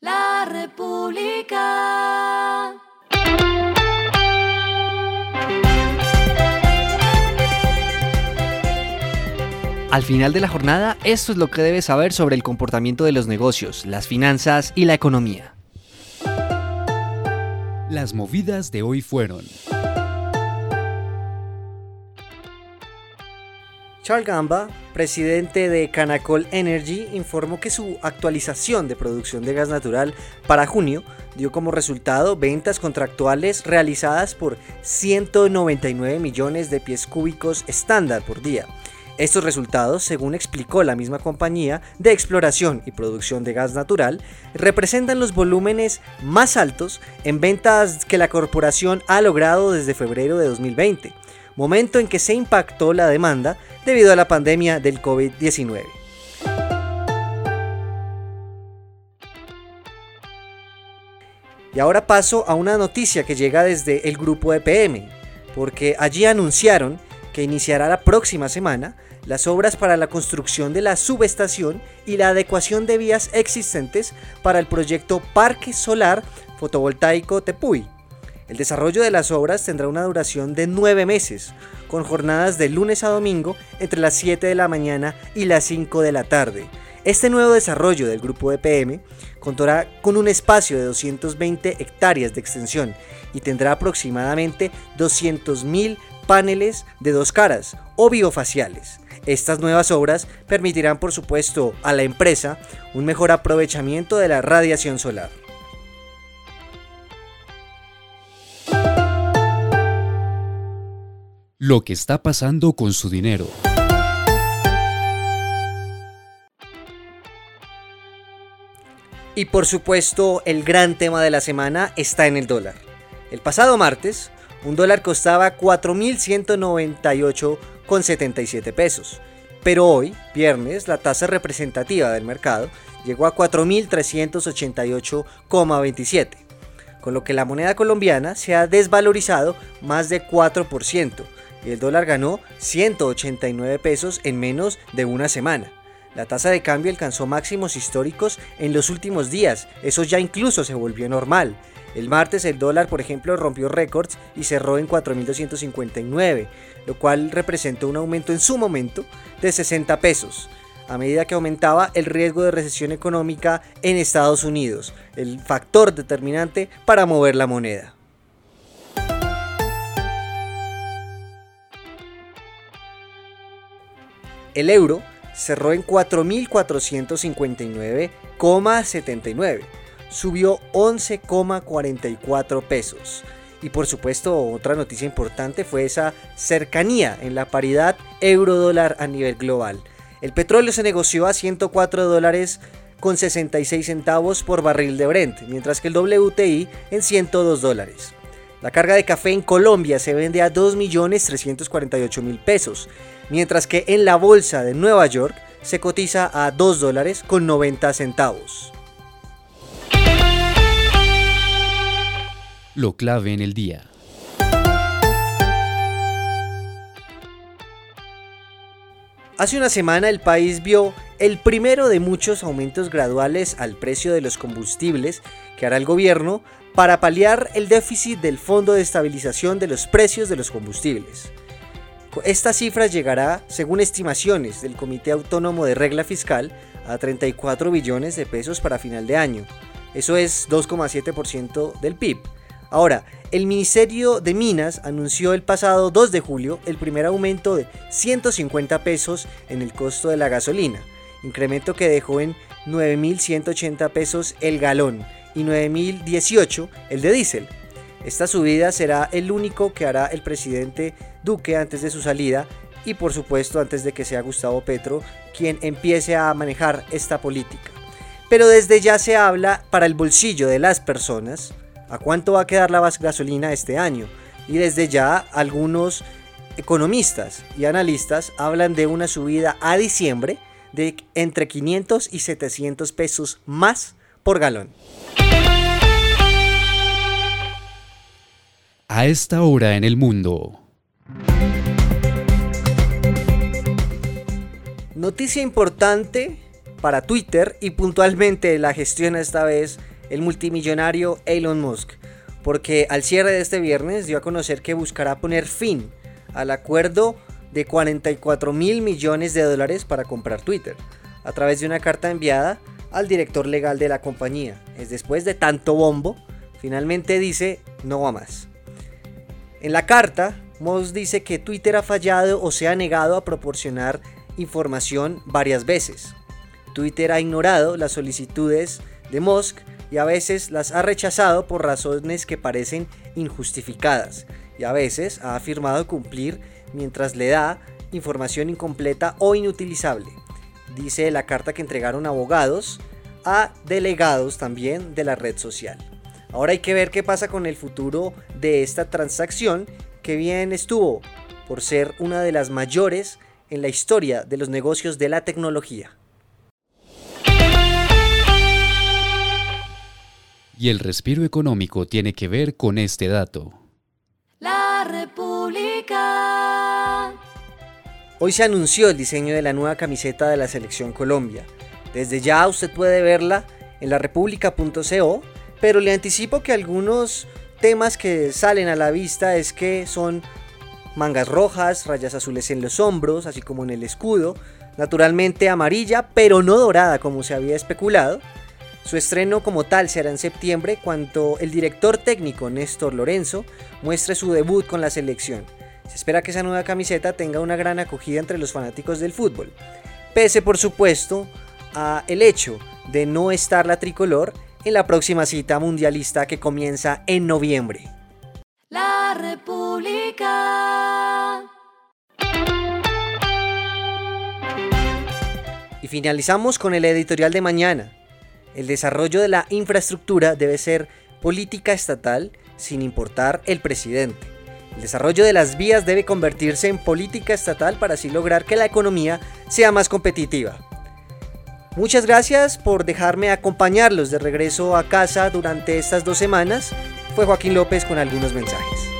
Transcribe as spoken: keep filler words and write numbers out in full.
La República. Al final de la jornada, esto es lo que debes saber sobre el comportamiento de los negocios, las finanzas y la economía. Las movidas de hoy fueron: Charles Gamba, presidente de Canacol Energy, informó que su actualización de producción de gas natural para junio dio como resultado ventas contractuales realizadas por ciento noventa y nueve millones de pies cúbicos estándar por día. Estos resultados, según explicó la misma compañía de exploración y producción de gas natural, representan los volúmenes más altos en ventas que la corporación ha logrado desde febrero de dos mil veinte, momento en que se impactó la demanda debido a la pandemia del covid diecinueve. Y ahora paso a una noticia que llega desde el grupo E P M, porque allí anunciaron que iniciará la próxima semana las obras para la construcción de la subestación y la adecuación de vías existentes para el proyecto Parque Solar Fotovoltaico Tepuy. El desarrollo de las obras tendrá una duración de nueve meses, con jornadas de lunes a domingo entre las siete de la mañana y las cinco de la tarde. Este nuevo desarrollo del grupo E P M contará con un espacio de doscientas veinte hectáreas de extensión y tendrá aproximadamente doscientos mil paneles de dos caras o biofaciales. Estas nuevas obras permitirán, por supuesto, a la empresa un mejor aprovechamiento de la radiación solar. Lo que está pasando con su dinero. Y por supuesto, el gran tema de la semana está en el dólar. El pasado martes, un dólar costaba cuatro mil ciento noventa y ocho con setenta y siete pesos, pero hoy, viernes, la tasa representativa del mercado llegó a cuatro mil trescientos ochenta y ocho con veintisiete, con lo que la moneda colombiana se ha desvalorizado más de cuatro por ciento y el dólar ganó ciento ochenta y nueve pesos en menos de una semana. La tasa de cambio alcanzó máximos históricos en los últimos días, eso ya incluso se volvió normal. El martes el dólar, por ejemplo, rompió récords y cerró en cuatro mil doscientos cincuenta y nueve, lo cual representó un aumento en su momento de sesenta pesos, a medida que aumentaba el riesgo de recesión económica en Estados Unidos, el factor determinante para mover la moneda. El euro cerró en cuatro mil cuatrocientos cincuenta y nueve con setenta y nueve. Subió once con cuarenta y cuatro pesos. Y por supuesto, otra noticia importante fue esa cercanía en la paridad euro-dólar a nivel global. El petróleo se negoció a ciento cuatro dólares con sesenta y seis centavos por barril de Brent, mientras que el W T I en ciento dos dólares. La carga de café en Colombia se vende a dos millones trescientos cuarenta y ocho mil pesos, mientras que en la bolsa de Nueva York se cotiza a dos dólares con noventa centavos. Lo clave en el día. Hace una semana el país vio el primero de muchos aumentos graduales al precio de los combustibles que hará el gobierno para paliar el déficit del Fondo de Estabilización de los Precios de los Combustibles. Esta cifra llegará, según estimaciones del Comité Autónomo de Regla Fiscal, a treinta y cuatro billones de pesos para final de año. Eso es dos coma siete por ciento del P I B. Ahora, el Ministerio de Minas anunció el pasado dos de julio el primer aumento de ciento cincuenta pesos en el costo de la gasolina, incremento que dejó en nueve mil ciento ochenta pesos el galón y nueve mil dieciocho el de diésel. Esta subida será el único que hará el presidente Duque antes de su salida y por supuesto antes de que sea Gustavo Petro quien empiece a manejar esta política. Pero desde ya se habla para el bolsillo de las personas a cuánto va a quedar la gasolina este año, y desde ya algunos economistas y analistas hablan de una subida a diciembre de entre quinientos y setecientos pesos más por galón. A esta hora en el mundo. Noticia importante para Twitter y puntualmente la gestiona esta vez el multimillonario Elon Musk, porque al cierre de este viernes dio a conocer que buscará poner fin al acuerdo de cuarenta y cuatro mil millones de dólares para comprar Twitter, a través de una carta enviada al director legal de la compañía. Es después de tanto bombo, finalmente dice no va más. En la carta, Musk dice que Twitter ha fallado o se ha negado a proporcionar información varias veces. Twitter ha ignorado las solicitudes de Musk y a veces las ha rechazado por razones que parecen injustificadas, y a veces ha afirmado cumplir mientras le da información incompleta o inutilizable, dice la carta que entregaron abogados a delegados también de la red social. Ahora hay que ver qué pasa con el futuro de esta transacción, que bien estuvo por ser una de las mayores en la historia de los negocios de la tecnología. Y el respiro económico tiene que ver con este dato. La República. Hoy se anunció el diseño de la nueva camiseta de la Selección Colombia. Desde ya usted puede verla en la república punto co, pero le anticipo que algunos temas que salen a la vista es que son mangas rojas, rayas azules en los hombros, así como en el escudo, naturalmente amarilla, pero no dorada como se había especulado. Su estreno como tal será en septiembre, cuando el director técnico Néstor Lorenzo muestre su debut con la selección. Se espera que esa nueva camiseta tenga una gran acogida entre los fanáticos del fútbol, pese por supuesto a el hecho de no estar la tricolor en la próxima cita mundialista que comienza en noviembre. La República. Y finalizamos con el editorial de mañana. El desarrollo de la infraestructura debe ser política estatal sin importar el presidente. El desarrollo de las vías debe convertirse en política estatal para así lograr que la economía sea más competitiva. Muchas gracias por dejarme acompañarlos de regreso a casa durante estas dos semanas. Fue Joaquín López con algunos mensajes.